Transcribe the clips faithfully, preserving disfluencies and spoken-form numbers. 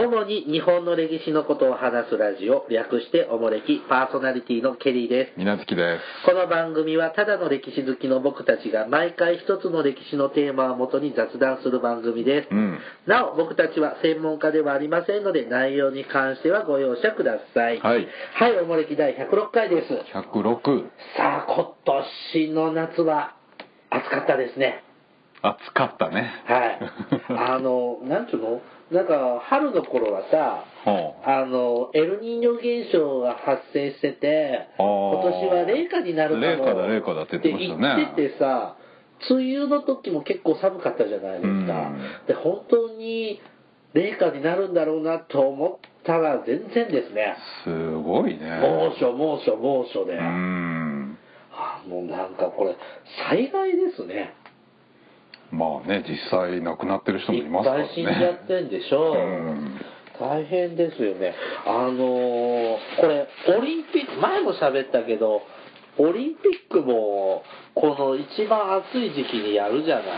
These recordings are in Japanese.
主に日本の歴史のことを話すラジオ、略しておもれき、パーソナリティのケリーです。 みなずきです。 この番組はただの歴史好きの僕たちが毎回一つの歴史のテーマをもとに雑談する番組です。 うん、 なお、僕たちは専門家ではありませんので、内容に関してはご容赦ください。 はい。 はい、おもれきだいひゃくろっかいです。 ひゃくろく。 さあ、今年の夏は暑かったですね。 暑かったね。 はい。あの、なんていうのなんか、春の頃はさ、あの、エルニーニョ現象が発生してて、今年は冷夏になるかも冷夏だ、冷夏だって言ってましたね。 って言っててさ、梅雨の時も結構寒かったじゃないですか。で、本当に冷夏になるんだろうなと思ったら全然ですね。 すごいね。 猛暑、猛暑、猛暑で。 うん。 あ、もうなんかこれ、災害ですね。 まあね、実際亡くなってる人もいますからね。 いっぱい死んじゃってんでしょう、うん、大変ですよね。あのー、これオリンピック前も喋ったけど、オリンピックもこの一番暑い時期にやるじゃない。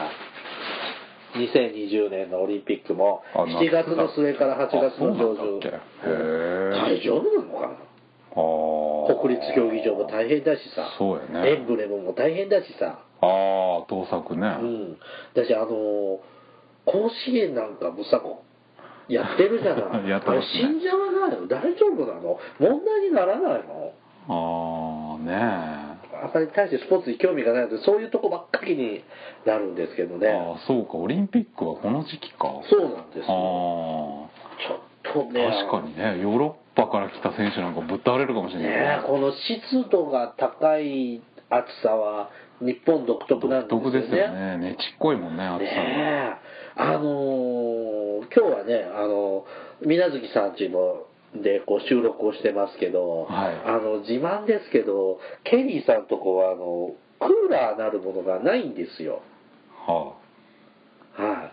にせんにじゅうねんのオリンピックもしちがつの末からはちがつの上旬。大丈夫なのかな。国立競技場も大変だしさ、 そうやね、 エンブレムも大変だしさ、 ああ、盗作ね。 うん。だし、あのー、甲子園なんかもさ、やってるじゃない。 やってますね。 死んじゃわないの？大丈夫なの？問題にならないの？ ああ、ねえ。 あまり大してスポーツに興味がないので、そういうとこばっかりになるんですけどね。 ああ、そうか、オリンピックはこの時期か。 そうなんですよ。あちょっとね。 確かにね、ヨーロッパから来た選手なんかぶっ倒れるかもしれないね。 ね、この湿度が高い暑さは日本独特なんですよね。 独特ですよね。ねちっこいもんね、暑さが。 ねあのー、今日はね、あの水無月さんちのでこう収録をしてますけど、 はい、 あの自慢ですけど、ケリーさんとこはあのクーラーなるものがないんですよ。はあ、はい、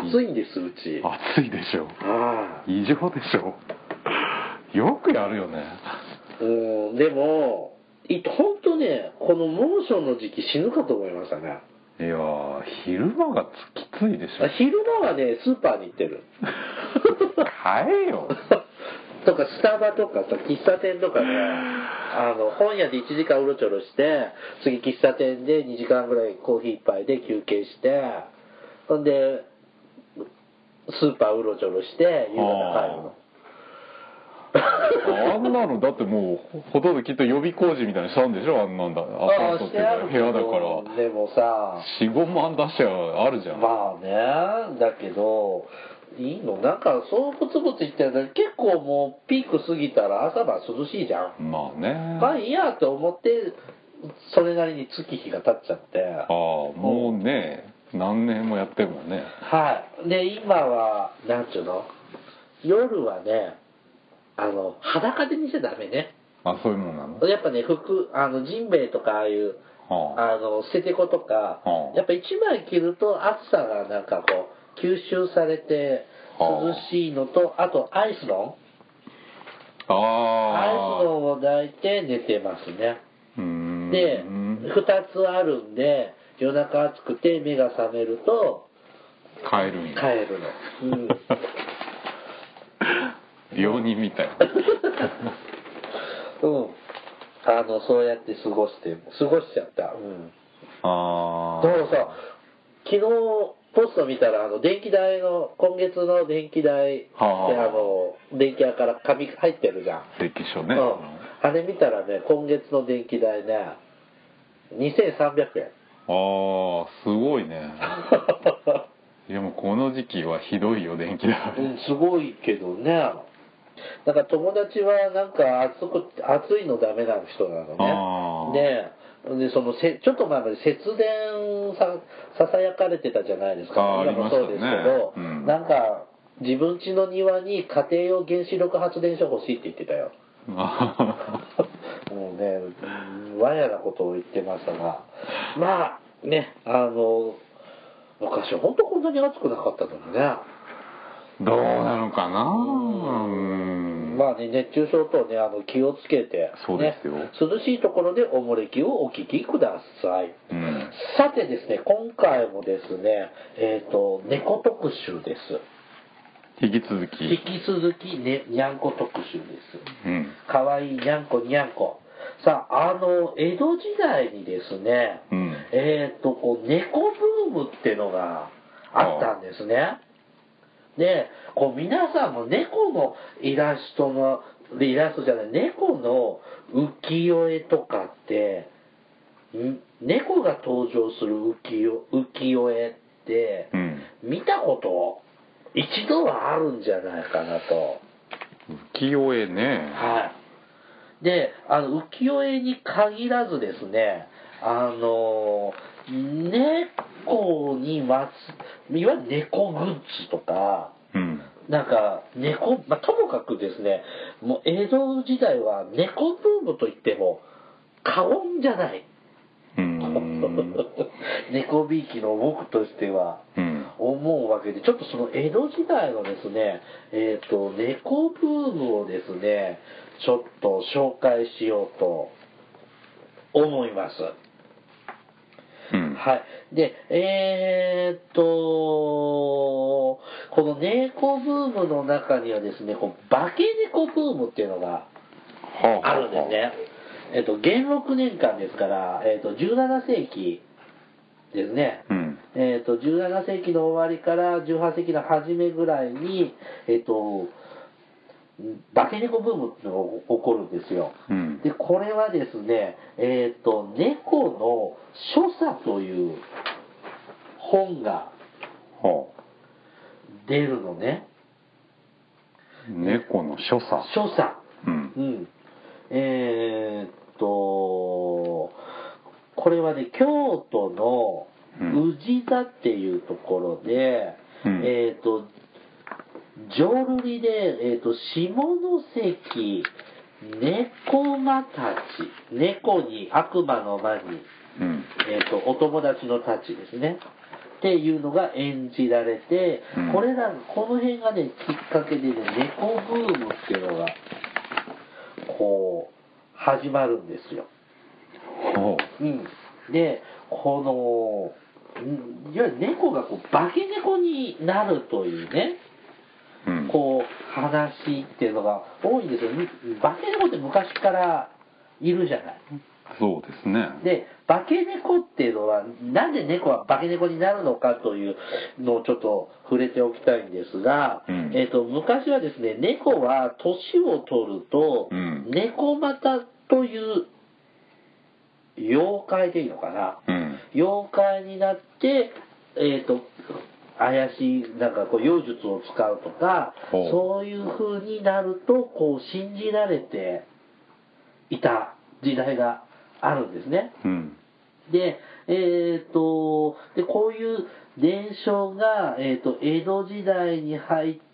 暑いんです、うち。 暑いでしょ。 はあ、 異常でしょ。よくやるよね。 うん、でも本当ね、この猛暑の時期死ぬかと思いましたね。 いやー、昼間がきついでしょ。 昼間はね、スーパーに行ってる。 買えよ。 とかスタバとかさ、喫茶店とかね、あの本屋でいちじかんうろちょろして、次喫茶店でにじかんぐらいコーヒー一杯で休憩して、ほんでスーパーうろちょろして夕方帰るの。 あんなのだってもうほとんどきっと予備工事みたいにしたんでしょ、あんなんだ。 ああ、してある部屋だから。 でもさ、 よん、ごまん出しちゃあるじゃん。 まあね、だけどいいの、なんかそうブツブツ言ってるけど、結構もうピーク過ぎたら朝晩涼しいじゃん。 まあね。 まあいいやと思ってそれなりに月日が経っちゃって。ああ、 もうね、何年もやってるもんね。 はい。で今はなんちゅうの、夜はね、あの裸で見ちゃダメね。 あ、そういうもんなの。 やっぱね、服、あのジンベエとかああいう、はあ、あの捨ててことか、はあ、やっぱ一枚着ると暑さがなんかこう吸収されて涼しいのと、はあ、あとアイスノン、あアイスノンを抱いて寝てますね。うーんでふたつあるんで、夜中暑くて目が覚めると帰るんや。 帰るの、うん、 病人みたい。 うん、あのそうやって過ごして過ごしちゃった。うん、ああ。だからさ、昨日ポスト見たら、あの電気代の今月の電気代って、はあ、あの電気屋から紙入ってるじゃん。 電気書ね。 うん、あれ見たらね、今月の電気代ね、にせんさんびゃくえん。 ああ、すごいね。でもこの時期はひどいよ、電気代。 うん、すごいけどね。なんか友達はなんか暑く暑いのダメな人なのね。で、でそのせちょっと前まで節電さささやかれてたじゃないですか。今もそうですけど、うん、なんか自分家の庭に家庭用原子力発電所欲しいって言ってたよ。もうね、わやなことを言ってましたが、まあね、あの昔は本当こんなに暑くなかったのにね。 どうなのかな。 うん、まあね、熱中症とね、あの気をつけて、ね、 そうですよ。 涼しいところでおもれきをお聞きください。うん、さてですね、今回もですね、えっと猫特集です。 引き続き引き続き、ね、にゃんこ特集です。 うん。 かわいいにゃんこにゃんこ。さあ、あの、江戸時代にですね、 うん、 えっと、こう、猫ブームってのがあったんですね。で、こう、皆さんも猫のイラストの、イラストじゃない、猫の浮世絵とかって、ん猫が登場する浮世浮世絵って、 うん、 見たこと一度はあるんじゃないかなと。 浮世絵ね。 はい。で、あの、浮世絵に限らずですね、あの、猫にまつ、いわゆる猫グッズとか、 うん、 なんか、猫、まあ、ともかくですね、もう江戸時代は猫ブームといっても過言じゃない。 うーん、 猫びいきの僕としてはうん、 思うわけで、ちょっとその江戸時代のですね、えっと、猫ブームをですね、ちょっと紹介しようと思います。 うん、 はい。で、えーっと、この猫ブームの中にはですね、こう化け猫ブームっていうのがはあるんですね。えっと、元禄年間ですから、えっと、じゅうなな世紀ですね。 うん、 えっと、じゅうなな世紀の終わりからじゅうはち世紀の初めぐらいに、えっと、化け猫ブームっていうのが起こるんですよ。 うん、 で、これはですね、えっと、猫の所作という本がは出るのね。 猫の所作。 所作。 うん、 うん。えーっと、これはね、京都の宇治座っていうところで、 うん、 えーっと、浄瑠璃で、えーっと、下関猫間たち、猫に悪魔の間に、 うん、 えーっと、お友達のたちですね。っていうのが演じられて、 うんこれら、この辺がね、きっかけでね、猫ブームっていうのが、こう、始まるんですよ。 はうん。で、この、んいわゆる猫がこう化け猫になるというね、 あ、うん、 こう、話っていうのが多いんですよ。化け猫って昔からいるじゃない。 そうですね。 で、化け猫っていうのは、なんで猫は化け猫になるのかというのをちょっと触れておきたいんですが、 うんえっと、昔はですね、猫は年を取ると、 うん、 猫又という妖怪でいいのかな、 うん、 妖怪になって、えっと、怪しい、なんかこう、妖術を使うとか、 ほうそういう風になると、こう、信じられていた時代があるんですね。 うん、 で、えっと、で、こういう伝承が、えっと、江戸時代に入って、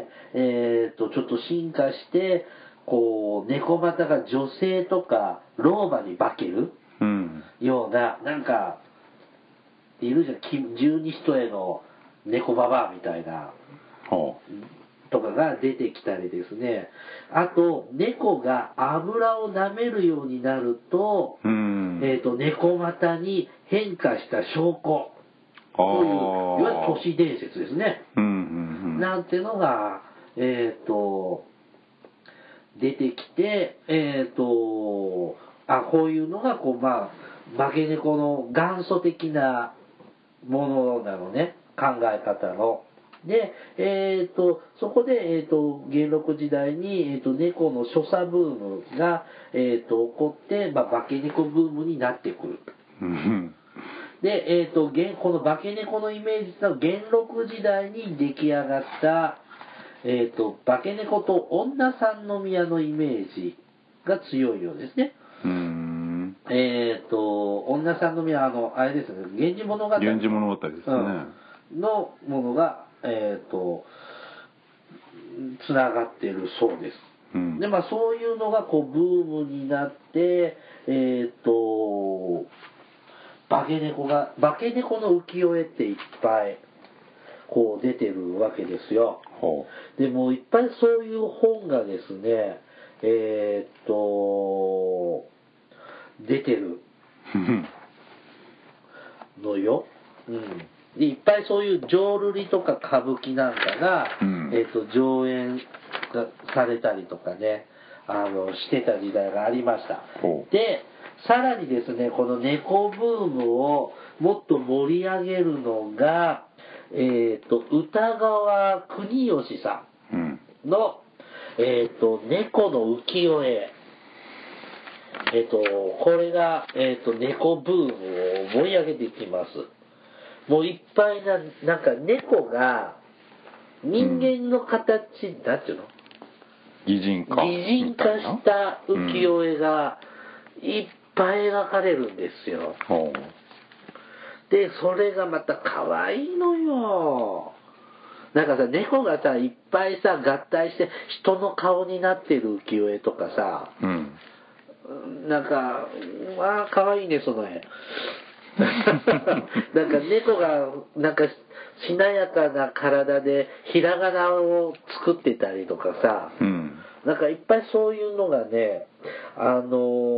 えっと、ちょっと進化して、こう、猫又が女性とか老婆に化けるうん、 ような、なんか、いるじゃん、き十二人への猫ババアみたいな、 はとかが出てきたりですね。あと、猫が油を舐めるようになると、 あ、うん、 えっ、と、猫股に変化した証拠という、いわゆる都市伝説ですね。 うん、うん、 なんてのが、えっ、と、出てきて、えっ、と、あ、こういうのが、こう、まあ、化け猫の元祖的なものなのね、考え方の。で、えっ、と、そこで、えっ、と、元禄時代に、えっ、と、猫の所作ブームが、えっ、と、起こって、まあ、化け猫ブームになってくる。 うん、 で、えっ、と、げんこの化け猫のイメージの元禄時代に出来上がった、えっ、と、化け猫と女三宮のイメージが強いようですね。 うん、 えっ、と、女三宮、あの、あれですね、源氏物語。 源氏物語ですね。 うん、のものが、えっ、と、つながっているそうです。 うん、 で、まあそういうのがこうブームになって、えっ、と、化け猫が、化け猫の浮世絵っていっぱいこう出てるわけですよ。 はでもいっぱいそういう本がですね、えっ、と、出てるあ、うん、 のよ。うん。 でいっぱいそういう浄瑠璃とか歌舞伎なんかが、 うん、 えー、と上演がされたりとかね、あのしてた時代がありました。でさらにですね、この猫ブームをもっと盛り上げるのが、えー、と歌川国芳さんの、うん、えー、と猫の浮世絵、えー、とこれが、えー、と猫ブームを盛り上げていきます。もういっぱいな、なんか猫が人間の形、うん、なんていうの、 擬人化擬人化した浮世絵がいっぱい描かれるんですよ、うん、でそれがまた可愛いのよ。なんかさ、猫がさいっぱいさ合体して人の顔になってる浮世絵とかさ、うん、なんかまあ可愛いねその絵なんか猫がなんかしなやかな体でひらがなを作ってたりとかさ、うん、なんかいっぱいそういうのがね、あの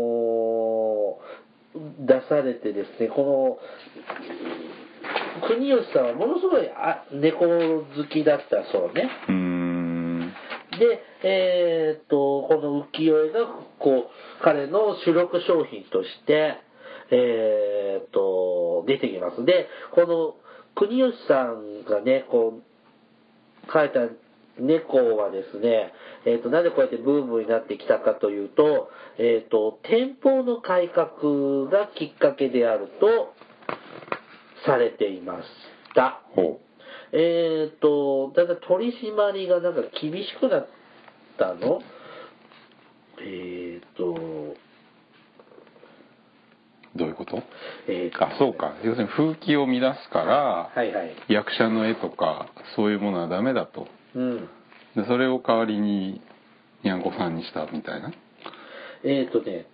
ー、出されてですね、この国吉さんはものすごいあ猫好きだったそうね。うーんで、えー、っとこの浮世絵がこう彼の主力商品としてえー、っと出てきます。でこの国吉さんがねこう描いた猫はですね、えー、っとなぜこうやってブームになってきたかというと、えー、っと天保の改革がきっかけであるとされていました。えー、っとだから取り締まりがなんか厳しくなったの。えー、っとどういうこと？えー、あ、そうか。要するに風紀を乱すから、はいはい、役者の絵とかそういうものはダメだと。うん、でそれを代わりににゃんこさんにしたみたいな。 えっ、ー、とね、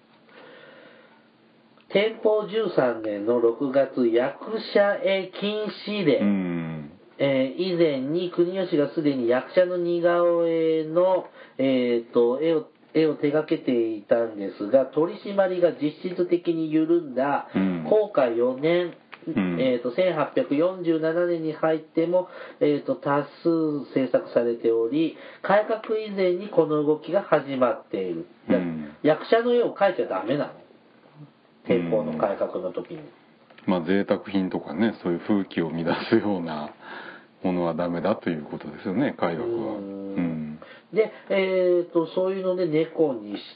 天保じゅうさんねんのろくがつ役者絵禁止令、うん、えー、以前に国吉がすでに役者の似顔絵の、えー、と絵を絵を手掛けていたんですが、取り締まりが実質的に緩んだ弘化よねん、うん、えー、とせんはっぴゃくよんじゅうななねんに入っても、えー、と多数制作されており、改革以前にこの動きが始まっている、うん、役者の絵を描いちゃダメなの、天保の改革の時に、うん、 まあ贅沢品とかね、そういう風紀を乱すようなものはダメだということですよね、改革は。うん、 で、えー、とそういうので猫にして、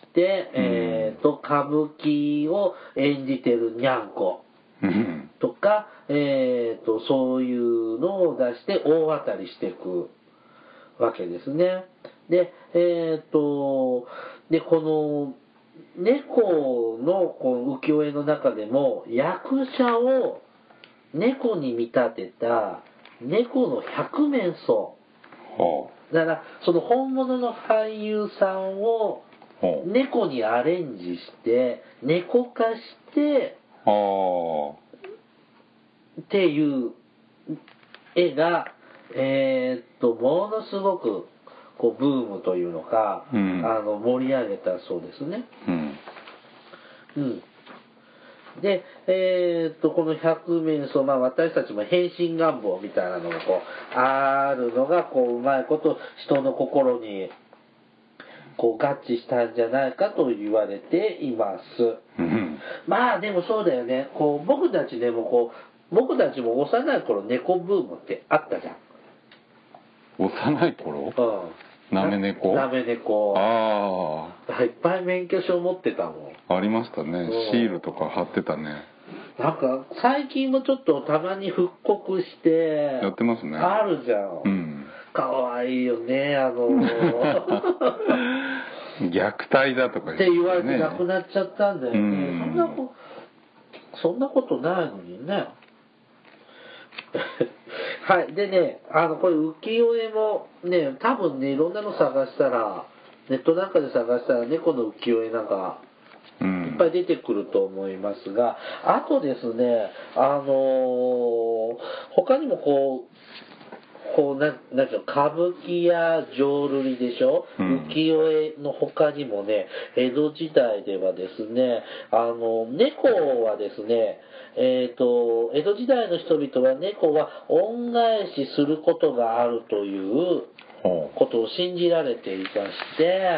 えー、と歌舞伎を演じてるにゃんことか、えー、とそういうのを出して大当たりしていくわけですね。で、えー、とでこの猫のこう浮世絵の中でも役者を猫に見立てた猫の百面相、はあ、だからその本物の俳優さんを猫にアレンジして猫化して、はあ、っていう絵がえー、っとものすごくこうブームというのか、うん、あの盛り上げたそうですね。うん、うんで、えー、っとこの百面相、まあ、私たちも変身願望みたいなのがこうあるのがこううまいこと人の心にこう合致したんじゃないかと言われています。うん、まあでもそうだよね。こう僕たちでもこう僕たちも幼い頃猫ブームってあったじゃん。 幼い頃？うん。なめ猫？ なめ猫。ああ。いっぱい免許証持ってたもん。 ありましたね。うん、シールとか貼ってたね。 なんか最近もちょっとたまに復刻してやってますね。 あるじゃん。うん。かわいいよね、あの虐待だとか言って、ね、 って言われてなくなっちゃったんだよね。うん、そんなこそんなことないのにね。はい。でね、あの、これ浮世絵もね、多分ね、いろんなの探したら、ネットなんかで探したら猫の浮世絵なんか、いっぱい出てくると思いますが、あとですね、あのー、他にもこう、 こうなんなんていうの、歌舞伎や浄瑠璃でしょ、うん、浮世絵の他にもね、江戸時代ではですね、あの猫はですね、えっと江戸時代の人々は猫は恩返しすることがあるということを信じられていまして、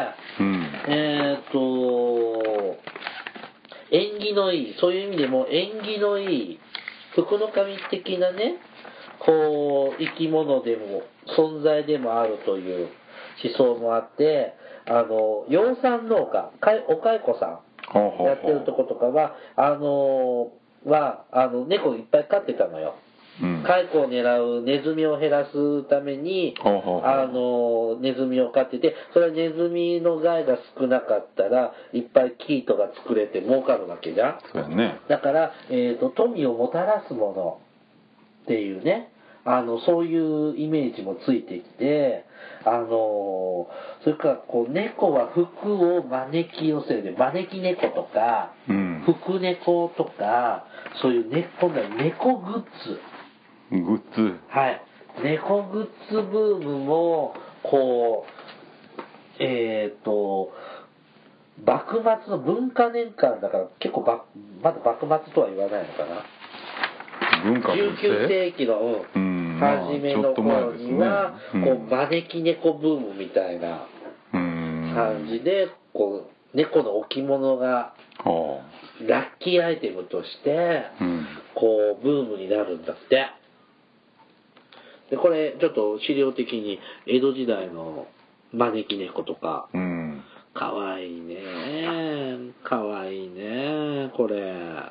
うん、えっと縁起のいい、そういう意味でも縁起のいい福の神的なね、こう生き物でも存在でもあるという思想もあって、あの養蚕農家お蚕さんやってるとことかはあのはあの猫いっぱい飼ってたのよ。蚕を狙うネズミを減らすために、あのネズミを飼ってて、それはネズミの害が少なかったらいっぱい生糸が作れて儲かるわけじゃん。 そうやね。 だから、えーと、富をもたらすものっていうね、あのそういうイメージもついてきて、あのそれからこう猫は福を招き寄せるで、招き猫とか、うん、福猫とか、そういう猫が猫グッズグッズ、 はい、猫グッズブームもこうえっ、ー、と幕末の文化年間だから結構ばまだ幕末とは言わないのかな、 文化じゅうきゅうせいきの、うん、初めの頃には、まあね、うん、こう招き猫ブームみたいな感じでこう猫の置物がラッキーアイテムとして、うん、こうブームになるんだって。でこれちょっと資料的に江戸時代の招き猫とか、うん、かわいいねかわいいねこれ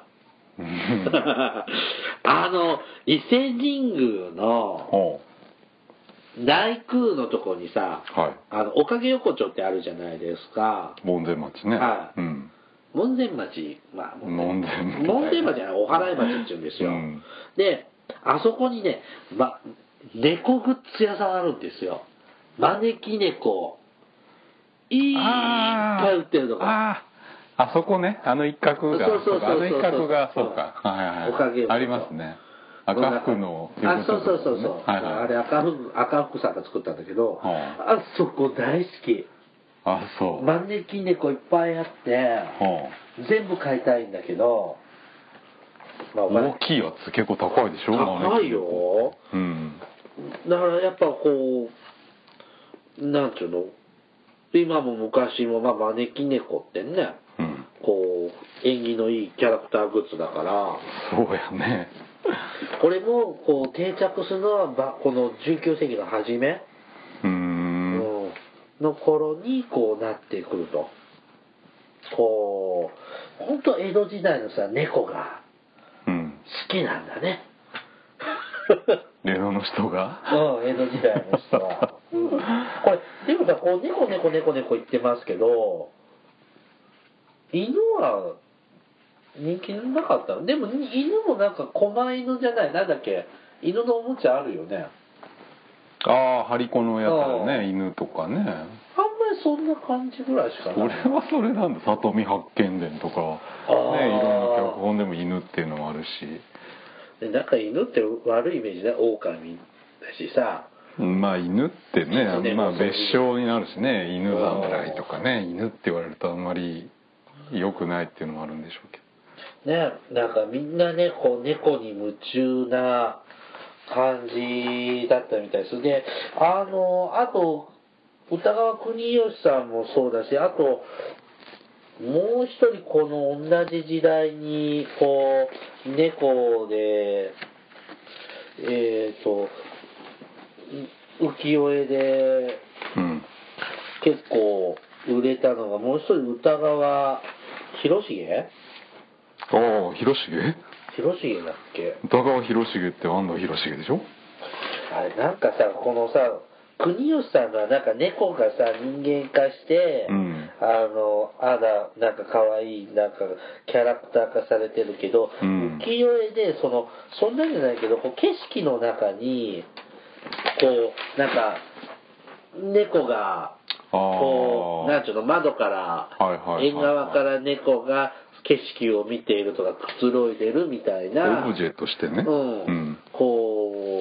あの伊勢神宮の内宮のとこにさ、はい、あのおかげ横丁ってあるじゃないですか。 門前町ね。 はい、うん、門前町、まあ門前門前町じゃない、お祓い町って言うんですよ。うん、であそこにね、ま、猫グッズ屋さんあるんですよ。招き猫いっぱい売ってるとか。 ああそこね、あの一角が、そうそうそうそう、あの一角がそうか、はいはい、おかげありますね。赤福の、 あ、そうそうそうそう、はいはい、あれ赤福赤福さんが作ったんだけど、はあ、あそこ大好き。 あ、そう。 招き猫いっぱいあって、はあ、全部買いたいんだけど、 まあ、大きいやつ結構高いでしょ。 高いよ。うん。だからやっぱこうなんていうの、今も昔もまあ招き猫ってね、うん、こう縁起のいいキャラクターグッズだから。 そうやね。 これもこう定着するのはこのじゅうきゅうせいきの初めうーんの頃にこうなってくると、こう本当江戸時代のさ猫が好きなんだね、 うん、江戸の人がうん江戸時代の人は、うん、これでもさこう猫猫猫猫言ってますけど犬は人気なかったの。でも犬もなんか狛犬じゃない、なんだっけ、犬のおもちゃあるよね。 ああ、張り子のやつだね、犬とかね。あんまりそんな感じぐらいしかない。 それはそれなんだ、里見八犬伝とかね、いろんな脚本でも犬っていうのもあるし。 でなんか犬って悪いイメージだ、狼だしさ。 まあ犬ってね、まあ別称になるしね、犬侍とかね、犬って言われるとあんまり良くないっていうのもあるんでしょうけど。 ね、なんかみんなねこう猫に夢中な感じだったみたいです。であのあと歌川国芳さんもそうだし、あともう一人この同じ時代にこう猫でえっ、ー、と浮世絵で結構売れたのがもう一人歌川広重。 ああ、広重？ 広重だっけ？ 歌川広重って安藤広重でしょ？ あれなんかさ、このさ国吉さんがなんか猫がさ人間化して、うん、あのあらなんか可愛いなんかキャラクター化されてるけど、うん、浮世絵でそのそんなんじゃないけどこう景色の中にこうなんか猫がこうなんちゅうの窓から、はいはいはいはい、縁側から猫が景色を見ているとかくつろいでるみたいなオブジェとしてね、 うんうん、こ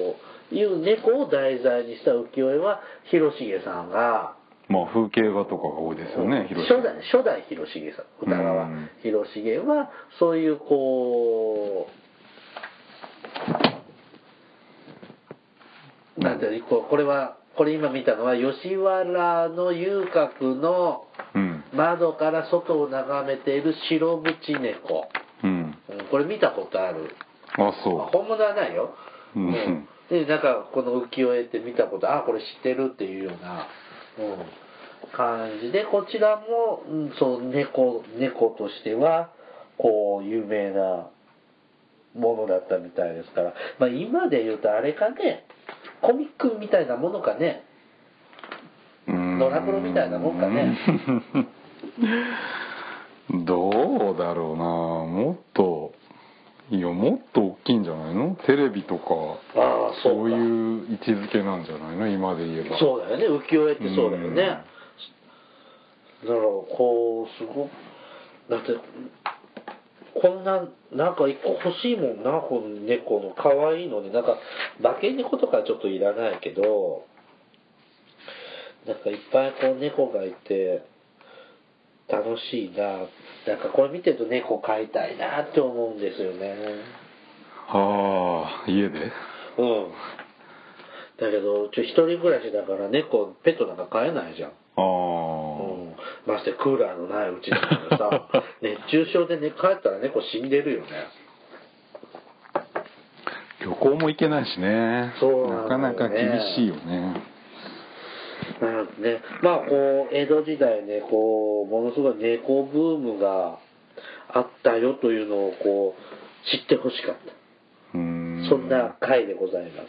いう猫を題材にした浮世絵は広重さんが、 まあ風景画とかが多いですよね、 広重。初代初代広重さん、歌川広重はそういうこうなんていうの、これはこれ今見たのは吉原の遊郭の窓から外を眺めている白縁猫、うん、これ見たことある。 あ、そう。 本物はないよ、うん、うん、でなんかこの浮世絵って見たこと、あ、これ知ってるっていうような、うん、感じで、こちらも、うん、そう猫猫としてはこう有名なものだったみたいですから、まあ、今で言うとあれかね、コミックみたいなものかね、ドラクロみたいなもんかね。 どうだろうな、もっと、いや、もっと大きいんじゃないの？テレビとか、あ、そうか、そういう位置づけなんじゃないの、今で言えば。 そうだよね、浮世絵ってそうだよね。だからこうすごくだってこんななんか一個欲しいもんな、この猫の可愛いのに、なんか化け猫とかちょっといらないけど、なんかいっぱいこう猫がいて楽しいな、なんかこれ見てると猫飼いたいなって思うんですよね。 ああ、家で？うん。 だけどちょ一人暮らしだから猫ペットなんか飼えないじゃん。ああ。うん。ましてクーラーのないうちだからさ、熱中症でね、帰ったら猫死んでるよね。 旅行も行けないしね。そうなのよね。なかなか厳しいよね。 なんね、まあこう江戸時代ね、こうものすごい猫ブームがあったよというのをこう知ってほしかった。うーん、そんな回でございます。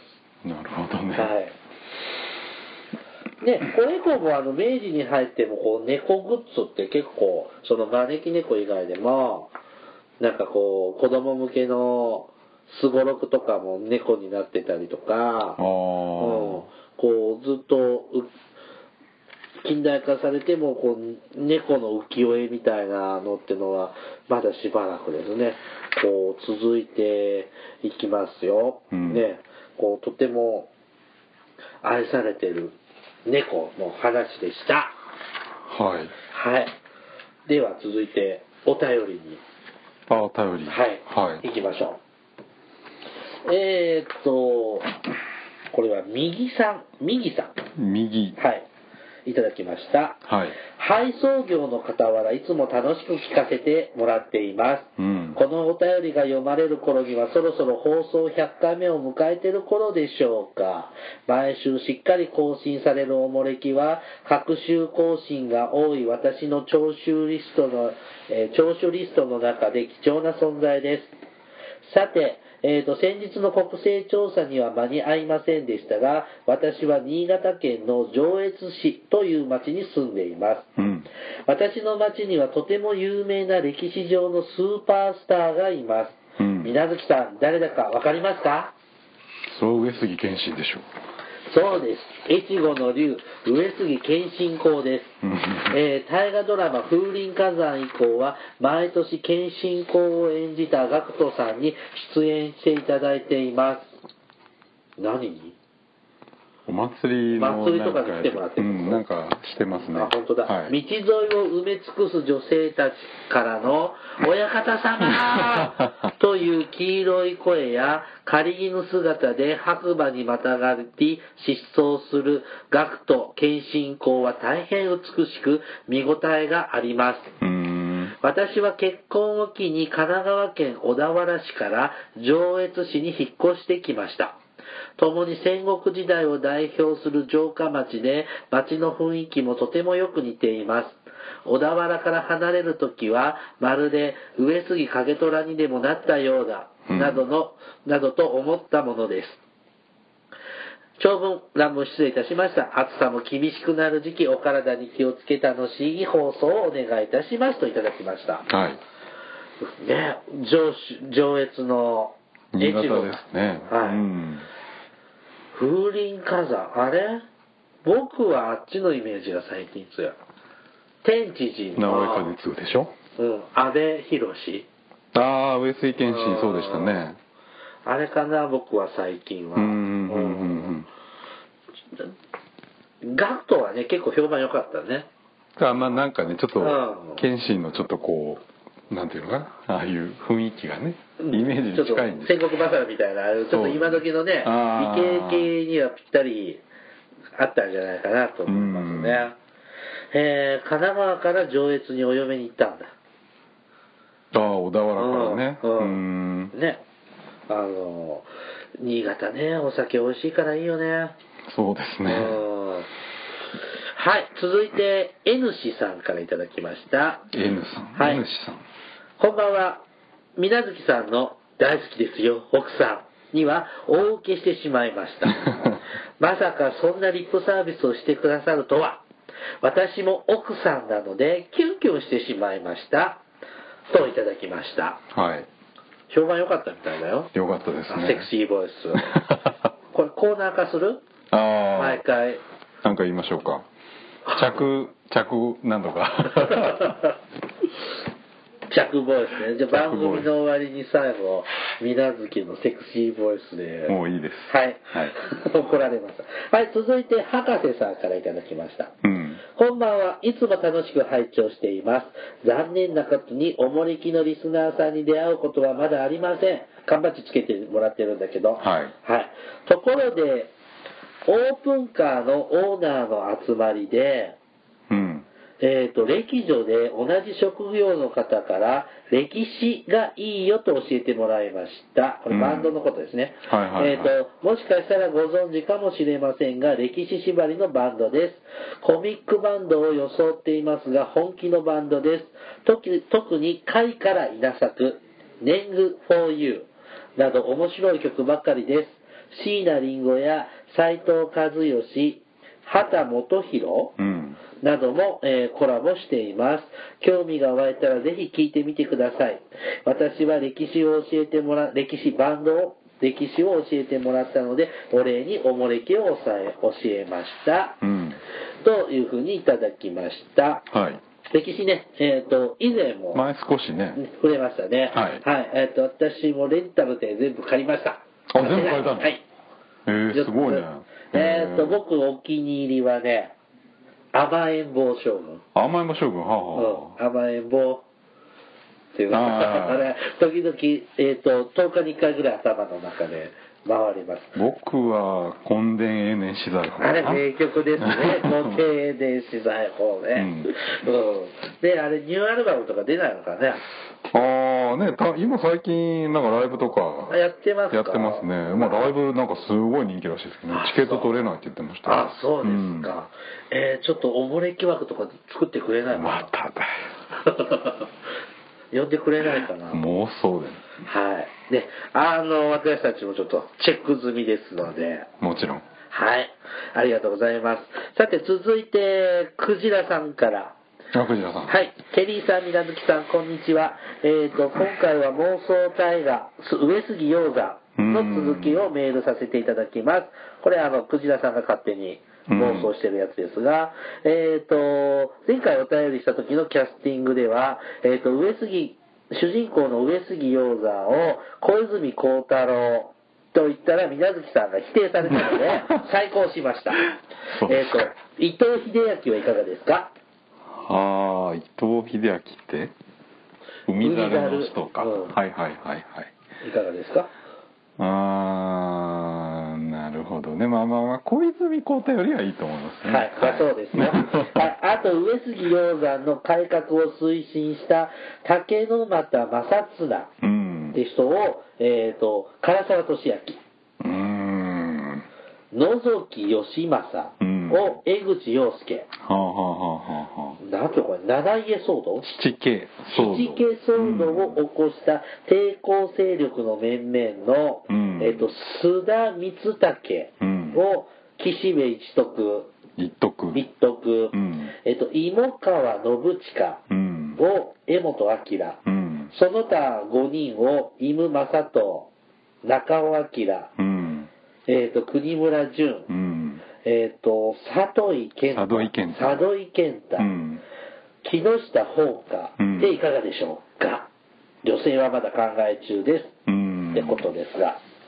なるほどね。 はい。ね、これ以降もあの明治に入ってもこう猫グッズって結構その招き猫以外でもなんかこう子供向けのすごろくとかも猫になってたりとか、うん、こうずっと近代化されてもこう猫の浮世絵みたいなのってのはまだしばらくですねこう続いていきますよ、うん、ね、こうとても愛されてる猫の話でした。 はい。 はい。では続いてお便りに。 あ、お便り。 はい。はい。行きましょう。えー、っとこれは右さん、右さん。右。 はい。いただきました。 はい。 配送業の傍らいつも楽しく聞かせてもらっています。うん、このお便りが読まれる頃にはそろそろ放送ひゃっかいめを迎えている頃でしょうか。毎週しっかり更新されるおもれきは各週更新が多い私の聴取リストの、えー、聴取リストの中で貴重な存在です。さて、えーと、先日の国勢調査には間に合いませんでしたが、私は新潟県の上越市という町に住んでいます。うん、私の町にはとても有名な歴史上のスーパースターがいます。うん、水月さん、誰だかわかりますか？ そう、上杉謙信でしょう。 そうです。越後の竜、上杉謙信公です。えー、大河ドラマ風林火山以降は毎年謙信公を演じた学徒さんに出演していただいています。何に？ お祭りの祭りとかに来てもらってる、 うん、なんかしてますね。 あ、本当だ、はい、道沿いを埋め尽くす女性たちからの親方様という黄色い声や狩犬姿で白馬にまたがり疾走する学徒謙信公は大変美しく見応えがあります。うーん、私は結婚を機に神奈川県小田原市から上越市に引っ越してきました。共に戦国時代を代表する城下町で、町の雰囲気もとてもよく似ています。小田原から離れるときは、まるで上杉景虎にでもなったようだ、などの、などと思ったものです。長文乱文失礼いたしました。暑さも厳しくなる時期、お体に気をつけ楽しい放送をお願いいたしますといただきました。 はい。 ね、上、上越の新潟ですね。 はい。うん、風林火山、あれ？僕はあっちのイメージが最近強い。天智寺の直江兼続でしょ。 うん、阿部寛。 ああ、上杉謙信そうでしたね。 あれかな、僕は最近は。うん。ガクトはね、結構評判良かったね。 あまあなんかね、ちょっと、謙信のちょっとこう、なんていうのかな、ああいう雰囲気がね、イメージに近いんです。 戦国バサラみたいな、ちょっと今時のね、理系系にはぴったりあったんじゃないかなと思いますね。えー、神奈川から上越にお嫁に行ったんだ。 ああ、小田原からね。 うん。うん、ね。あの、新潟ね、お酒美味しいからいいよね。 そうですね。 はい、続いて N 氏さんからいただきました。 N さん。 はい。N 氏さん。こんばんは。水無月さんの大好きですよ、奥さんには大受けしてしまいました。まさかそんなリップサービスをしてくださるとは。私も奥さんなのでキュンキュンしてしまいました。といただきました。 はい。 評判良かったみたいだよ。 良かったですね。 セクシーボイス。これコーナー化する？ ああ。 毎回。 なんか言いましょうか。着、着、なんとか。 着ボイスね。じゃあ番組の終わりに最後、水無月のセクシーボイスで。 もういいです。 はい。はい、怒られました。はい、続いて、博士さんからいただきました。 うん。 こんばんは。いつも楽しく拝聴しています。残念なことに、おもれきのリスナーさんに出会うことはまだありません。缶バッジつけてもらってるんだけど。 はい。 はい。ところで、オープンカーのオーナーの集まりで、 うん。 えっと、歴女で同じ職業の方から歴史がいいよと教えてもらいました。これバンドのことですね。 うん、はいはいはい、 えっと、もしかしたらご存知かもしれませんが、歴史縛りのバンドです。コミックバンドを装っていますが、本気のバンドです。特特に貝から稲作、年貢 フォーユー など面白い曲ばかりです。椎名林檎や斉藤和義、畑基博、 うんなども、えー、コラボしています。興味が湧いたらぜひ聴いてみてください。私は歴史を教えてもら、歴史、バンドを、歴史を教えてもらったので、お礼におもれきを教え、教えました。 うん、 というふうにいただきました。 はい。 歴史ね、えっ、ー、と、以前も、 前少しね、 触れましたね。 はい。 はい。えっ、ー、と、私もレンタルで全部借りました。 あ、全部借りたの？ はい。 えー、すごいね。 えっ、ー、と、僕お気に入りはね、甘えん坊将軍。 甘えん坊将軍、はあはあ。うん、甘えん坊っていうああれ、時々、えっ、ー、と、とおかにいっかいぐらい頭の中で回ります。 僕は、根伝永年資材法。 あれ、名曲ですね。根伝永年資材法ね、うん。うん。で、あれ、ニューアルバムとか出ないのかね。 ああ、ね、た今最近、なんかライブとか。 やってますか？ やってますね。まあ、ライブなんかすごい人気らしいですけどね。チケット取れないって言ってました。 あ、そうですか。うん、えー、ちょっとおもれき枠とか作ってくれないかな。 まただよ。呼んでくれないかな。 妄想で。 はい。で、あの、私たちもちょっとチェック済みですので。 もちろん。 はい。ありがとうございます。さて、続いて、クジラさんから。 あ、クジラさん。 はい。ケリーさん、みなずきさん、こんにちは。えっ、ー、と、今回は妄想大河、上杉鷹山の続きをメールさせていただきます。これ、あの、クジラさんが勝手に妄想してるやつですが、えっ、ー、と、前回お便りした時のキャスティングでは、えっ、ー、と、上杉、主人公の上杉鷹山を小泉孝太郎と言ったら、水無月さんが否定されたので、再考しました。えっと、伊藤英明はいかがですか？ ああ、伊藤英明って海猿の人か、うん、はいはいはいはい。 いかがですか？ ああ、なるほどね。まあまあまあ、小泉孝太よりはいいと思いますね。 はい、まあ、そうですね。あ, あと、上杉鷹山の改革を推進した竹俣正綱って人を、うん、えっ、ー、と、唐沢寿明。 うーん。 野崎義政を江口洋介。 はあはあはあはあ。 なんていうこれ、七家騒動？ 七家騒動。 七家騒動を起こした抵抗勢力の面々の、うん、えっ、ー、と、須田光武を岸辺一徳。 一徳。 一徳。うん、えっ、ー、と、芋川信親を江本明。うん、その他ごにんを伊武正人、中尾明。うん、えっ、ー、と、国村淳。うん、えっ、ー、と、佐井健太。 佐井健太。 佐井健太。うん、木下ほうかでいかがでしょうか。女性はまだ考え中です。うん、ってことですが。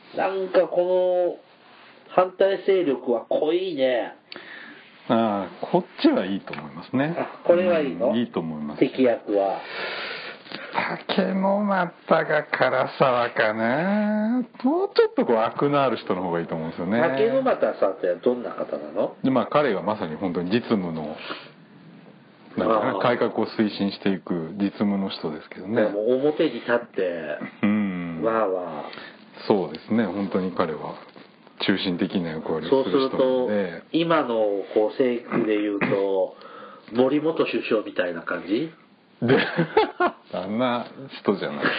なんかこの反対勢力は濃いね。 ああ、こっちはいいと思いますね。 あ、これはいいの、 うん、いいと思います。 敵役は竹の又が唐沢かな。もうちょっとこう悪のある人の方がいいと思うんですよね。 竹の又さんってどんな方なの？ で、まあ彼がまさに本当に実務のなんか改革を推進していく実務の人ですけどね。 でも表に立ってうんわーわーそうですね。本当に彼は中心的な役割をする人なので。そうすると今のこう政府でいうと森元首相みたいな感じであんな人じゃない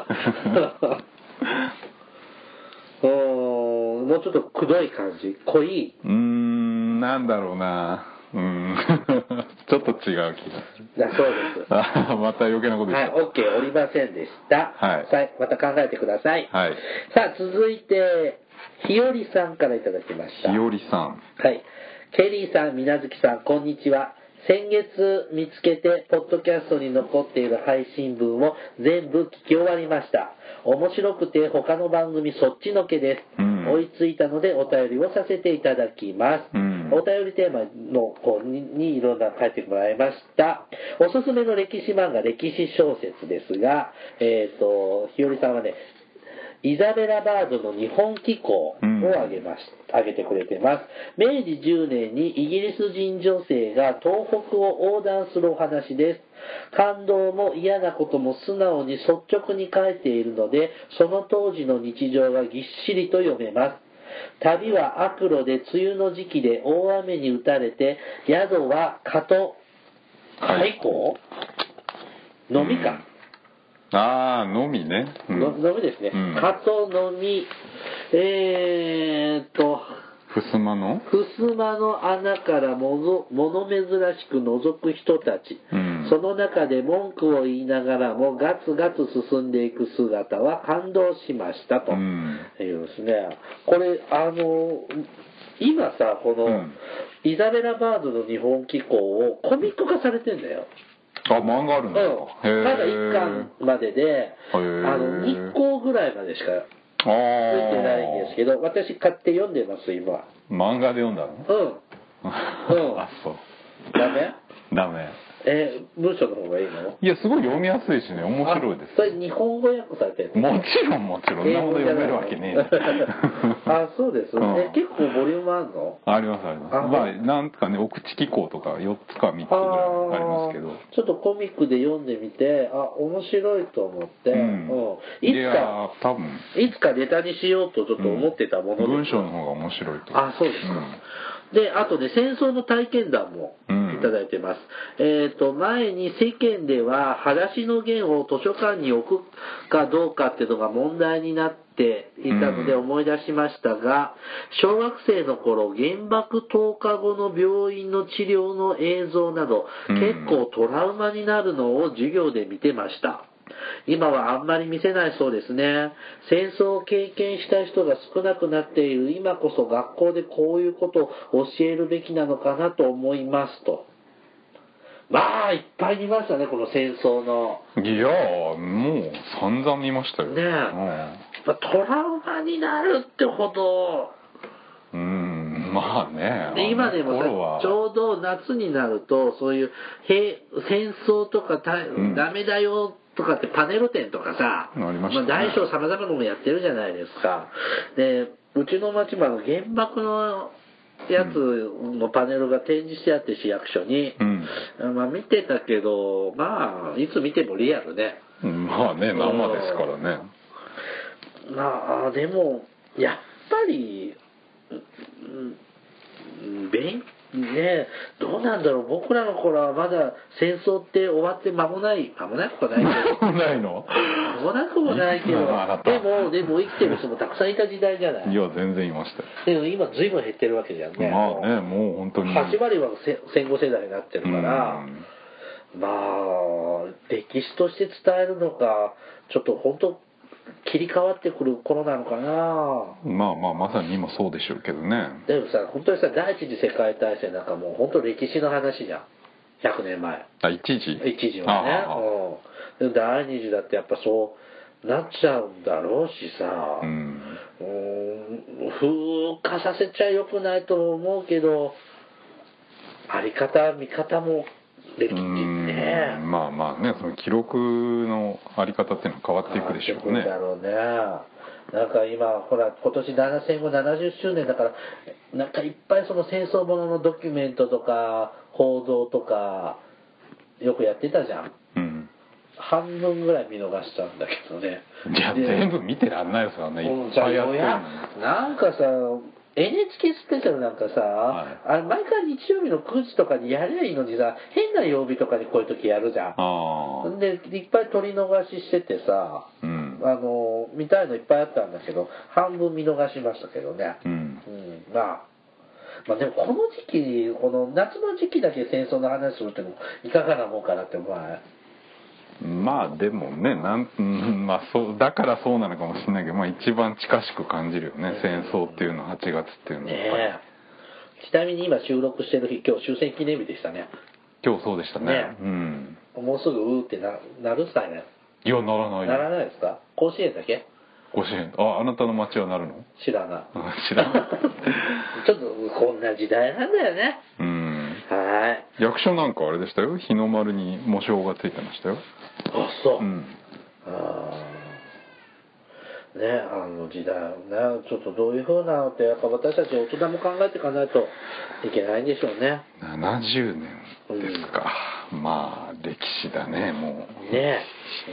うんもうちょっとくどい感じ濃いうーんなんだろうなうんちょっと違う気がするだそうですあまた余計なこと言っちゃった。 はい OK おりませんでした、 はい、 さまた考えてください、 はい、 さあ続いてひよりさんからいただきました。 ひよりさん、 はいケリーさんみなずきさんこんにちは。先月見つけてポッドキャストに残っている配信分を全部聞き終わりました。面白くて他の番組そっちのけです、うん、追いついたのでお便りをさせていただきます、うん、お便りテーマの方 に, にいろんな書いてもらいました。おすすめの歴史漫画歴史小説ですが、えーとひよりさんはねイザベラ・バードの日本紀行を挙げまし、うん、挙げてくれてます。めいじじゅうねんにイギリス人女性が東北を横断するお話です。感動も嫌なことも素直に率直に書いているので、その当時の日常がぎっしりと読めます。旅は悪路で梅雨の時期で大雨に打たれて、宿は加藤海港飲みか、うんああ、のみね。 うん、ののみですね。かとのみ、えーっと、 ふすまのふすまの穴からもぞ物珍しく覗く人たち、うん、その中で文句を言いながらもガツガツ進んでいく姿は感動しましたというですね。これ、あの、今さ、この、うん、イザベラ・バードの日本紀行をコミック化されてんだよ。 あ、漫画あるんですか、 うん、まだいっかんまでで、あの日光ぐらいまでしか出てないんですけど、私買って読んでます今。 漫画で読んだの？ うん。うん。 あ、そう。 ダメ？ ダメ。 えー、文章の方がいいの？ いや、すごい読みやすいしね、面白いです。 それ日本語訳されてるの？もちろんもちろん、なほど読めるわけねえ。 あ、そうです、うん、え、結構ボリュームあるの？ ありますあります。あ、まあ、なんかね、奥地紀行とかよっつかみっつぐらいありますけど。 ちょっとコミックで読んでみて、あ、面白いと思って、うん。うん、いつか、 多分いつかネタにしようとちょっと思ってたものです、うん、 文章の方が面白いと。 あ、そうですか。うんで、あとね、戦争の体験談もいただいてます。うん、えっと、前に世間では、裸足の弦を図書館に置くかどうかっていうのが問題になっていたので思い出しましたが、小学生の頃、原爆とおかごの病院の治療の映像など、結構トラウマになるのを授業で見てました。今はあんまり見せないそうですね。戦争を経験した人が少なくなっている今こそ学校でこういうことを教えるべきなのかなと思いますと。まあいっぱい見ましたね、この戦争の。 いやーもう散々見ましたよね。 え、うん、トラウマになるってほどうーんまあね。 で今でもさちょうど夏になるとそういう戦争とかた、うん、ダメだよとかってパネル展とかさ、 ありましたね、 まあ、大小様々なものやってるじゃないですか。でうちの町も原爆のやつのパネルが展示してあって市役所に、うん、まあ見てたけどまあいつ見てもリアルね、 うん、まあね生ですからね。 まあでもやっぱり勉ねどうなんだろう、僕らの頃はまだ戦争って終わって間もない間もなくもないけど間もないの間もなくもないけどでもでも生きてる人もたくさんいた時代じゃない。 いや全然いましたよ。 でも今随分減ってるわけじゃんね。 まあねもう本当にはち割は戦後世代になってるから、まあ歴史として伝えるのかちょっと本当切り替わってくる頃なのかな。 まあまあまさに今そうでしょうけどね。 でもさ本当にさ第一次世界大戦なんかもう本当歴史の話じゃん。ひゃくねんまえ。 あ一時一時はね。うん、第二次だってやっぱそうなっちゃうんだろうしさ、うん、 うーん風化させちゃよくないと思うけど、あり方見方も歴史ね。 まあまあね、その記録のあり方っていうのは変わっていくでしょうね。 だろうね。なんか今ほら今年戦後ななじゅっしゅうねんだから、なんかいっぱいその戦争もののドキュメントとか報道とかよくやってたじゃん。うん。半分ぐらい見逃しちゃうんだけどね。 いや全部見てらんないですよね。いっぱいやってるのに。 なんかさ。エヌエイチケー スペシャルなんかさ、はい、あれ毎回日曜日のくじとかにやりゃいいのにさ、変な曜日とかにこういう時やるじゃん。でいっぱい取り逃ししててさ、うん、あの見たいのいっぱいあったんだけど半分見逃しましたけどね、うんうん、まあまあでもこの時期この夏の時期だけ戦争の話するってのもいかがなもんかなって思わない？ まあでもねなん、まあ、そうだからそうなのかもしれないけど、まあ、一番近しく感じるよね、うん、戦争っていうのはちがつっていうのは、ね、 ちなみに今収録してる日今日終戦記念日でしたね。 今日そうでしたね、ね、うん、 もうすぐうーって な, なるさいね。 いやならないならないですか？甲子園だけ？ 甲子園、ああなたの町はなるの？ 知らない知らないちょっとこんな時代なんだよね。うん、 はい。役所なんかあれでしたよ、日の丸に模章がついてましたよ。 あ、そう、うん、あね、あの時代ね、ちょっとどういう風なのってやっぱ私たち大人も考えていかないといけないんでしょうね。 ななじゅうねんですか、うん、まあ歴史だねもうね、うん、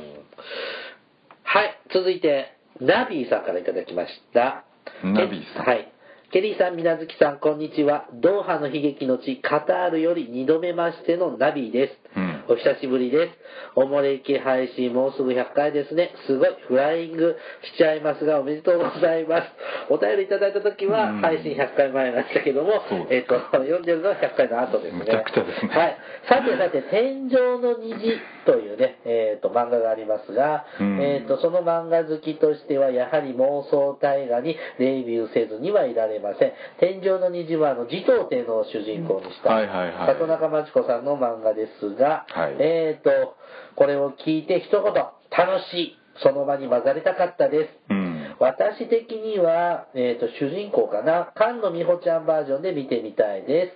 はい。続いてナビーさんからいただきました。 ナビーさん、 はい。ケリーさん、みなずきさん、こんにちは。ドーハの悲劇の地、カタールよりにどめましてのナビーです。うん、お久しぶりです。おもれき配信もうすぐひゃっかいですね。すごいフライングしちゃいますが、おめでとうございます。お便りいただいた時は配信ひゃっかいまえなんですけども、えっと、読んでるのはひゃっかいの後ですね。 めちゃくちゃですね。 はい。さてさて、天井の虹というね、えっと、漫画がありますが、えっと、その漫画好きとしては、やはり妄想大河にレビューせずにはいられません。天井の虹は、あの、持統天皇を主人公にした、里中真知子さんの漫画ですが、はい、えっと、これを聞いて一言、楽しい、その場に混ざりたかったです。うん、私的には、えっと、主人公かな、菅野美穂ちゃんバージョンで見てみたいです。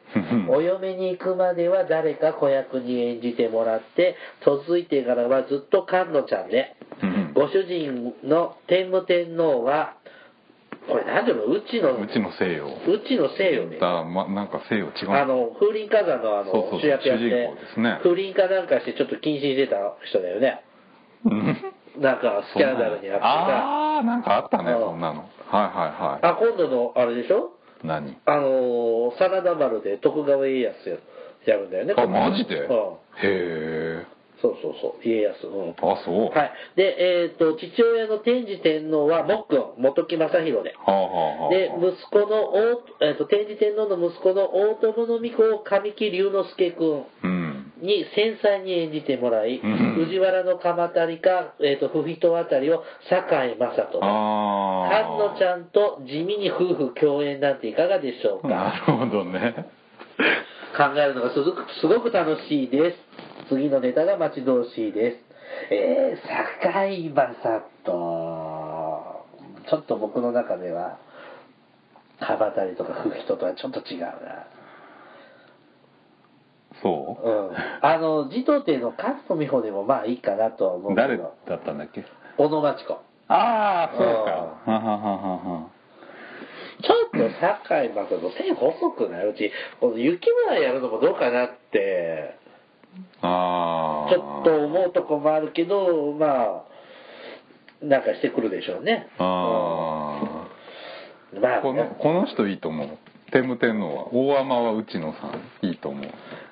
お嫁に行くまでは誰か子役に演じてもらって、続いてからはずっと菅野ちゃんで、ご主人の天武天皇は、これ何でもうちのうちの西洋うちの西洋ねだ、ま、なんか西洋違うあの風林火山のあのそうそうそう主役やって、 ですね、 風林火山かしてちょっと謹慎してた人だよねなんかスキャンダルにあってさ、 ああなんかあったね、そんなの、はいはいはい。 あ、今度のあれでしょ、 何、 あの真田丸で徳川家康やるんだよね。 あ、マジで、 うん、 へえ、 そうそうそう、家康、うん、 あ、そう、 はい。で、えっ、ー、と父親の天智天皇はもっくん、本木正弘で、はあはあ、で息子の大、えー、と天智天皇の息子の大友の巫女を神木隆之介君に繊細に演じてもらい、うん、藤原の鎌足りか、えー、と不人あたりを堺雅人、菅野ちゃんと地味に夫婦共演なんていかがでしょうか。 なるほどね。 考えるのがすごく、すごく楽しいです。次のネタが待ち遠しいです。えー、堺雅人、ちょっと僕の中では鎌足りとか不人とはちょっと違うな。 そう、 うん、あの持統天の菅野美穂でもまあいいかなとは思うけど。 誰だったんだっけ。 小野真知子。 ああ、そうか、はははは。 ちょっと堺雅人線細くないうち雪村やるのもどうかなってあちょっと思うとこもあるけど、まあなんかしてくるでしょうね。あ、 うん、まあ、このこの人いいと思う。天武天皇は大天は内野さんいいと思う。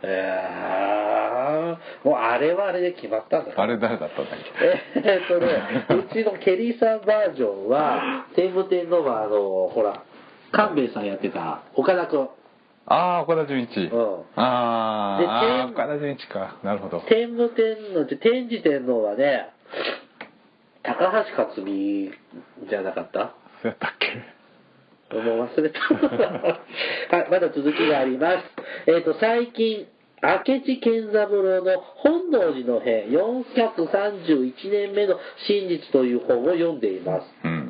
えー、もうあれはあれで決まったんだ。 あれ誰だったんだっけ。えーっとねうちのケリーさんバージョンは天武天皇はあのほら官兵衛さんやってた岡田君。 ああ、岡田准一。うん、ああ、岡田准一か。なるほど。 天武天皇って天智天皇はね、高橋克実じゃなかった？ そうやったっけ？ もう忘れた。はい、まだ続きがあります。えっと、最近、明智健三郎の本能寺の変よんひゃくさんじゅういちねんめの真実という本を読んでいます。うん、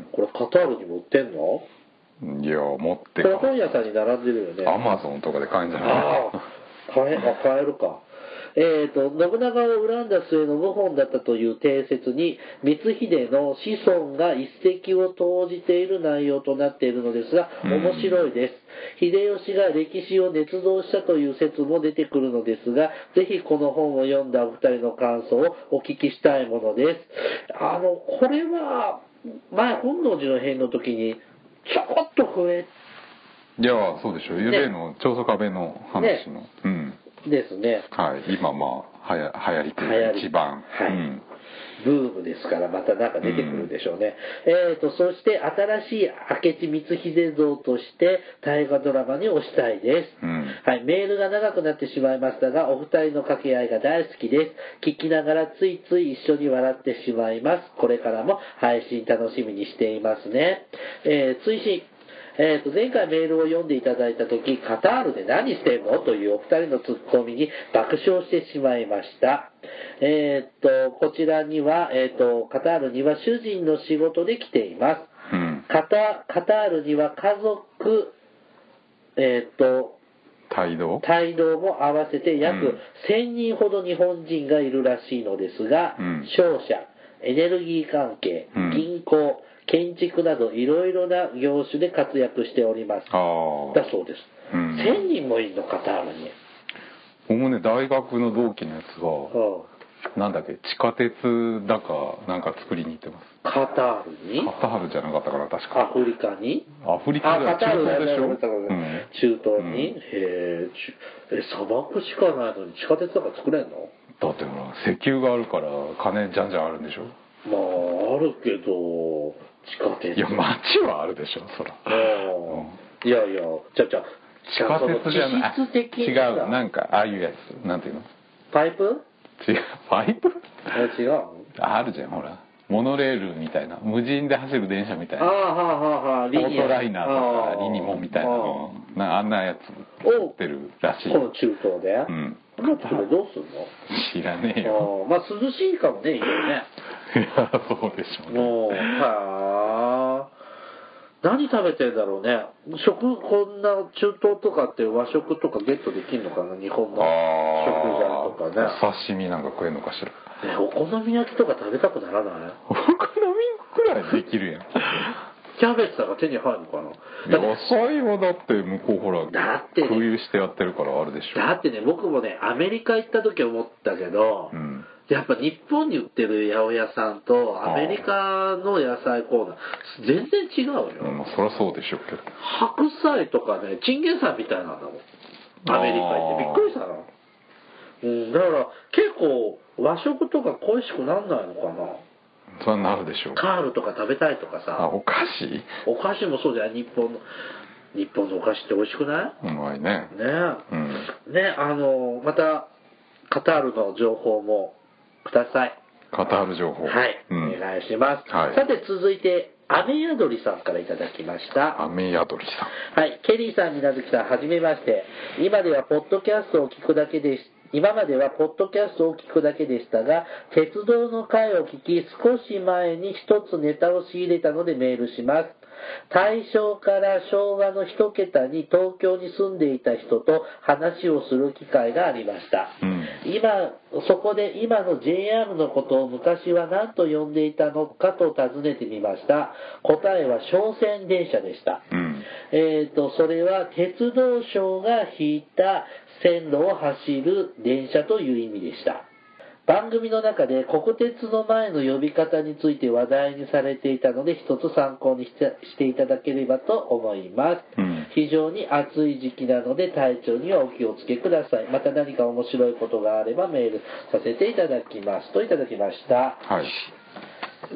これカタールにも売ってんの？ いや持ってこれ本屋さんに並んでるよね。 アマゾンとかで買えんじゃない？ ああ買えあ買えるか。えーと、信長を恨んだ末の謀反だったという定説に、光秀の子孫が一石を投じている内容となっているのですが、面白いです。秀吉が歴史を捏造したという説も出てくるのですが、ぜひこの本を読んだお二人の感想をお聞きしたいものです。あの、これは、前、本能寺の変の時に、ちょこっと増え、 いやそうでしょう。ゆでの長宗我部の話の、ね、うん。 ですね。 はい。今まあはや流行りというか一番、 はい、うん、ブームですからまたなんか出てくるでしょうね。うん、えーとそして新しい明智光秀像として大河ドラマに推したいです。うん、はい。メールが長くなってしまいましたが、お二人の掛け合いが大好きです。聞きながらついつい一緒に笑ってしまいます。これからも配信楽しみにしていますね。えー、追伸。えー、と前回メールを読んでいただいたとき、カタールで何してんのというお二人のツッコミに爆笑してしまいました。えー、とこちらには、えー、とカタールには主人の仕事で来ています。うん、カタ、カタールには家族、えー、と帯同帯同も合わせて約せんにんほど日本人がいるらしいのですが、うん、商社、エネルギー関係、銀行、うん建築などいろいろな業種で活躍しております。あだそうです。うん、せんにんもいるのカタールに。 僕もね大学の同期のやつが、うん、なんだっけ地下鉄だかなんか作りに行ってます。 カタールに？ カタールじゃなかったかな確か。 アフリカに？ アフリカでは中東でしょ？ うん、中東に？うん、へえ砂漠しかないのに地下鉄とか作れんの？ だってほら石油があるから金じゃんじゃんあるんでしょ？ まああるけど。地下鉄いや街はあるでしょそら、 うん、いやいやちゃちゃ地下鉄じゃない違うなんかああいうやつなんていうのパイプ違うパイプ違うあるじゃんほらモノレールみたいな無人で走る電車みたいなああはあはあオートライナーとかリニモみたいなのなあんなやつ売ってるらしいこの中東でうんそれどうすんの知らねえよまあ涼しいかもねいいよねいやそうでしょうねはあ何食べてんだろうね食こんな中東とかって和食とかゲットできるのかな日本の食材とかねお刺身なんか食えんのかしらえお好み焼きとか食べたくならないお好みくらいできるやんキャベツとか手に入るのかな野菜はだって向こうほらだって、ね、空輸してやってるからあるでしょだってね僕もねアメリカ行った時思ったけど、うん、やっぱ日本に売ってる八百屋さんとアメリカの野菜コーナー全然違うよ、 うんまあ、そりゃそうでしょうけど白菜とかねチンゲン菜みたいなんだもんアメリカ行ってびっくりしたな、うん、だから結構和食とか恋しくなんないのかなそんなあるでしょうカールとか食べたいとかさあお菓子お菓子もそうじゃない日本の日本のお菓子って美味しくないうまいねねえ、うん、ねあのまたカタールの情報もくださいカタール情報はい、うん、お願いします、はい、さて続いて雨宿りさんからいただきました雨宿りさんはいケリーさんみなずきさんはじめまして今ではポッドキャストを聞くだけで今まではポッドキャストを聞くだけでしたが鉄道の回を聞き少し前に一つネタを仕入れたのでメールします大正から昭和の一桁に東京に住んでいた人と話をする機会がありました、うん、今そこで今の ジェイアール のことを昔は何と呼んでいたのかと尋ねてみました答えは商船電車でした、うんえーと、それは鉄道省が引いた線路を走る電車という意味でした番組の中で国鉄の前の呼び方について話題にされていたので一つ参考にしてしていただければと思います、うん、非常に暑い時期なので体調にはお気をつけくださいまた何か面白いことがあればメールさせていただきますといただきました、はい、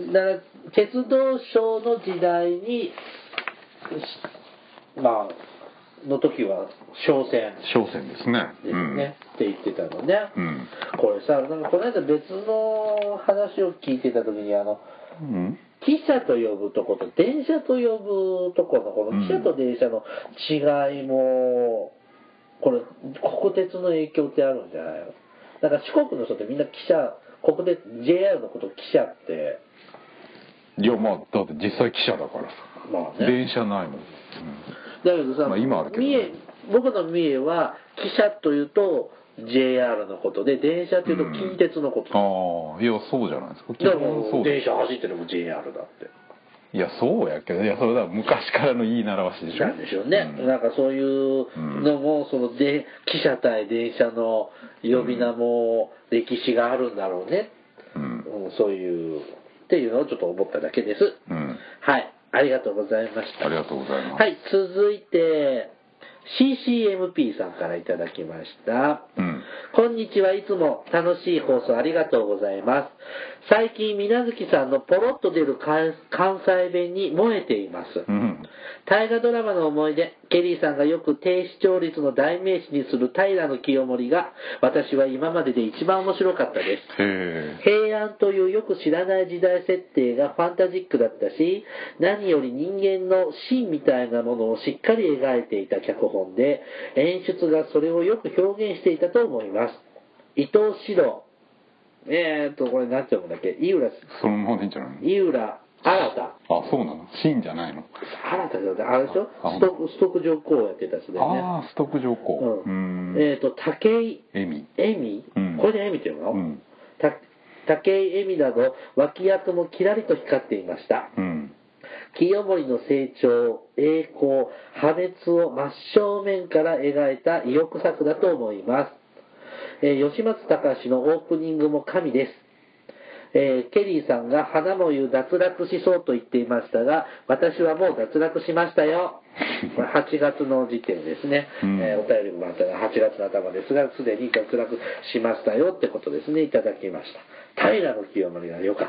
だから鉄道省の時代にまあの時は商船商船ですねですね、うん、って言ってたのね、うん、これさなんかこの間別の話を聞いてた時にあの、うん、汽車と呼ぶとこと電車と呼ぶとこのこの汽車と電車の違いも、これ国鉄の影響ってあるんじゃないのなんか四国の人ってみんな汽車国鉄 ジェイアール のこと汽車っていやまあだって実際汽車だからさ、まあね、電車ないもん、うん、 だけどさ、 まあ、今あるけど、ね、 三重僕の三重は汽車というと ジェイアール のことで、電車というと近鉄のこと、 うん、ああいやそうじゃないですか。 でも電車走ってるのも ジェイアール だって。 いやそうやけど、いやそれだ昔からの言い習わしでしょ。 なんでしょうね、うん、なんかそういうのも、そので汽車対電車の呼び名も歴史があるんだろうね、うんうん、そういうっていうのをちょっと思っただけです、うん、はい、ありがとうございました。 ありがとうございます。 はい、続いて シーシーエムピー さんからいただきました、うん、こんにちは、いつも楽しい放送ありがとうございます。最近水無月さんのポロッと出る関西弁に燃えています、うん、大河ドラマの思い出、ケリーさんがよく低視聴率の代名詞にする平清盛が私は今までで一番面白かったです。 へ平安というよく知らない時代設定がファンタジックだったし、何より人間の芯みたいなものをしっかり描いていた脚本で、演出がそれをよく表現していたと思います。伊藤四郎、えーっとこれ何て読むんだっけ、井浦、 そのままでいいんじゃないの、 井浦新。 あ、そうなの、シーンじゃないの、 新ただってあれでしょ、ストックストック上皇やってた人だよね。 ああ、ストック上皇、 うん、えーっと武井恵美恵美、うん、これで恵美っていうの、うん、た武井恵美など脇役もキラリと光っていました、うん、清盛の成長、栄光、破滅を真正面から描いた意欲作だと思います。えー、吉松隆のオープニングも神です。えー、ケリーさんが花もゆ脱落しそうと言っていましたが、私はもう脱落しましたよ。はちがつの時点ですね、うん、えー、お便りもあったらはちがつの頭ですが、すでに脱落しましたよってことですね、いただきました。平清盛が良かった。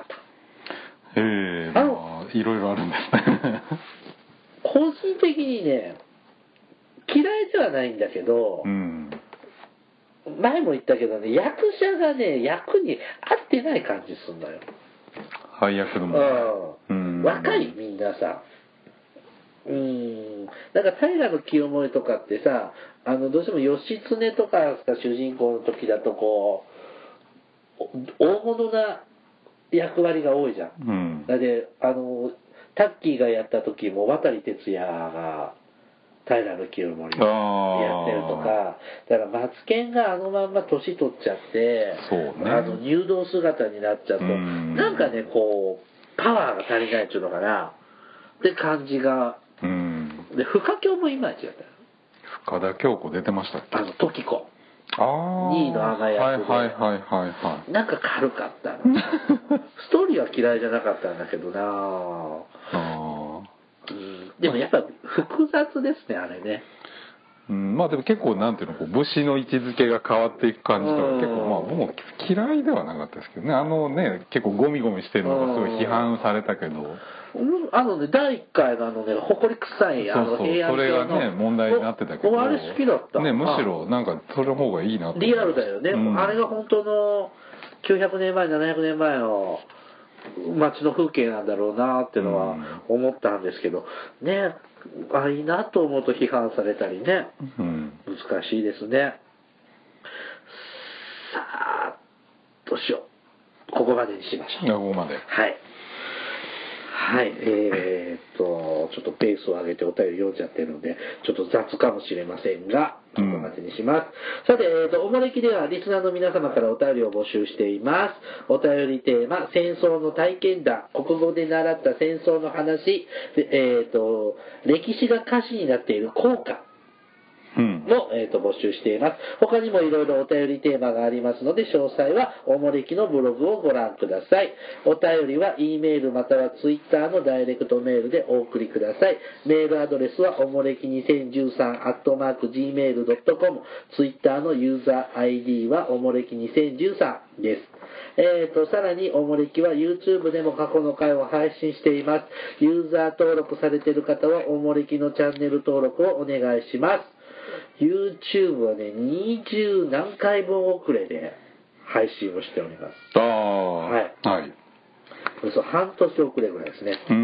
へえ、まあいろいろあるんですね。 個人的にね、嫌いではないんだけど、うん、前も言ったけどね、役者がね、役に合ってない感じするんだよ。 配役のも、 うん、若いみんなさ、うーん、なんか平清盛とかってさ、あのどうしても義経とかが主人公の時だとこう大物な役割が多いじゃん、うん、だってあのタッキーがやった時も渡哲也が平清盛をやってるとか、だからマツケンがあのまんま年取っちゃって、 そうね、 あの入道姿になっちゃうと、んなんかねこうパワーが足りないっていうのかなって感じが、うんで深京もいまいちだったよ。 深田恭子出てましたっけ、 あの時子、 あにいのあが役で、 はいはいはいはいはい、 なんか軽かったのストーリーは嫌いじゃなかったんだけどなあ、うん、でもやっぱ複雑ですねあれね、 うん、まあでも結構なんていうのこう武士の位置づけが変わっていく感じとか結構まあ僕も嫌いではなかったですけどね、あのね結構ゴミゴミしてるのがすごい批判されたけど、 あのねだいいっかいのあのね埃臭いあの平安それがね問題になってたけど、 あれ好きだったね、むしろなんかそれの方がいいなと、 リアルだよね、うん、あれが本当のきゅうひゃくねんまえななひゃくねんまえの街の風景なんだろうなっていうのは思ったんですけど、ね、あいいなと思うと批判されたりね、うん、難しいですね。さあどうしよう、ここまでにしましょう。 ここまで、 はいはい、えー、っとちょっとペースを上げてお便り読んじゃってるのでちょっと雑かもしれませんがここまでにします、うん、さて、えー、っとおもれきではリスナーの皆様からお便りを募集しています。お便りテーマ、戦争の体験談、国語で習った戦争の話、えー、っと歴史が歌詞になっている校歌も、えー、と募集しています。他にもいろいろお便りテーマがありますので詳細はおもれきのブログをご覧ください。お便りは E メールまたは Twitter のダイレクトメールでお送りください。メールアドレスはおもれきにせんじゅうさん アットマーク ジーメールドットコム、 Twitter のユーザー アイディー はおもれきにせんじゅうさんです。えー、とさらにおもれきは YouTube でも過去の回を配信しています。ユーザー登録されている方はおもれきのチャンネル登録をお願いします。YouTube はねにじゅうなんかいぶん遅れで配信をしております。 ああ、 はい、 はい、 嘘半年遅れぐらいですね。 うん、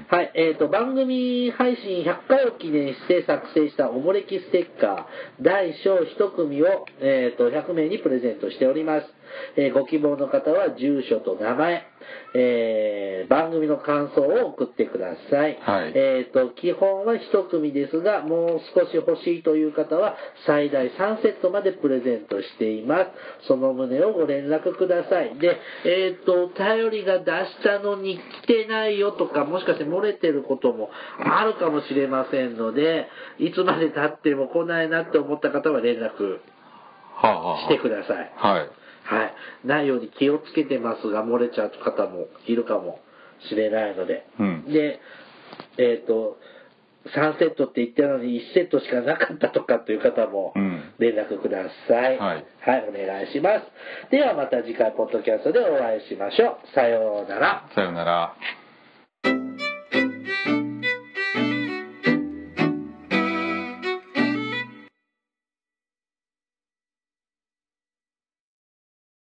はい、えーと、番組配信ひゃっかいを記念して作成したおもれきステッカー大小いち組を、えーと、ひゃくめいにプレゼントしております。えー、ご希望の方は住所と名前、えー、番組の感想を送ってください。 はい、 えーと、基本はいち組ですが、もう少し欲しいという方は最大さんセットまでプレゼントしています。その旨をご連絡ください。で、えーと、頼りが出したのに来てないよとか、もしかして漏れてることもあるかもしれませんので、いつまで経っても来ないなって思った方は連絡してください。 はい。 はい。ないように気をつけてますが、漏れちゃう方もいるかもしれないので。 うん、 で、えっと、さんセットって言ってたのにいちセットしかなかったとかという方も連絡ください。 うん、はい。 はい、お願いします。ではまた次回ポッドキャストでお会いしましょう。さようなら。 さようなら。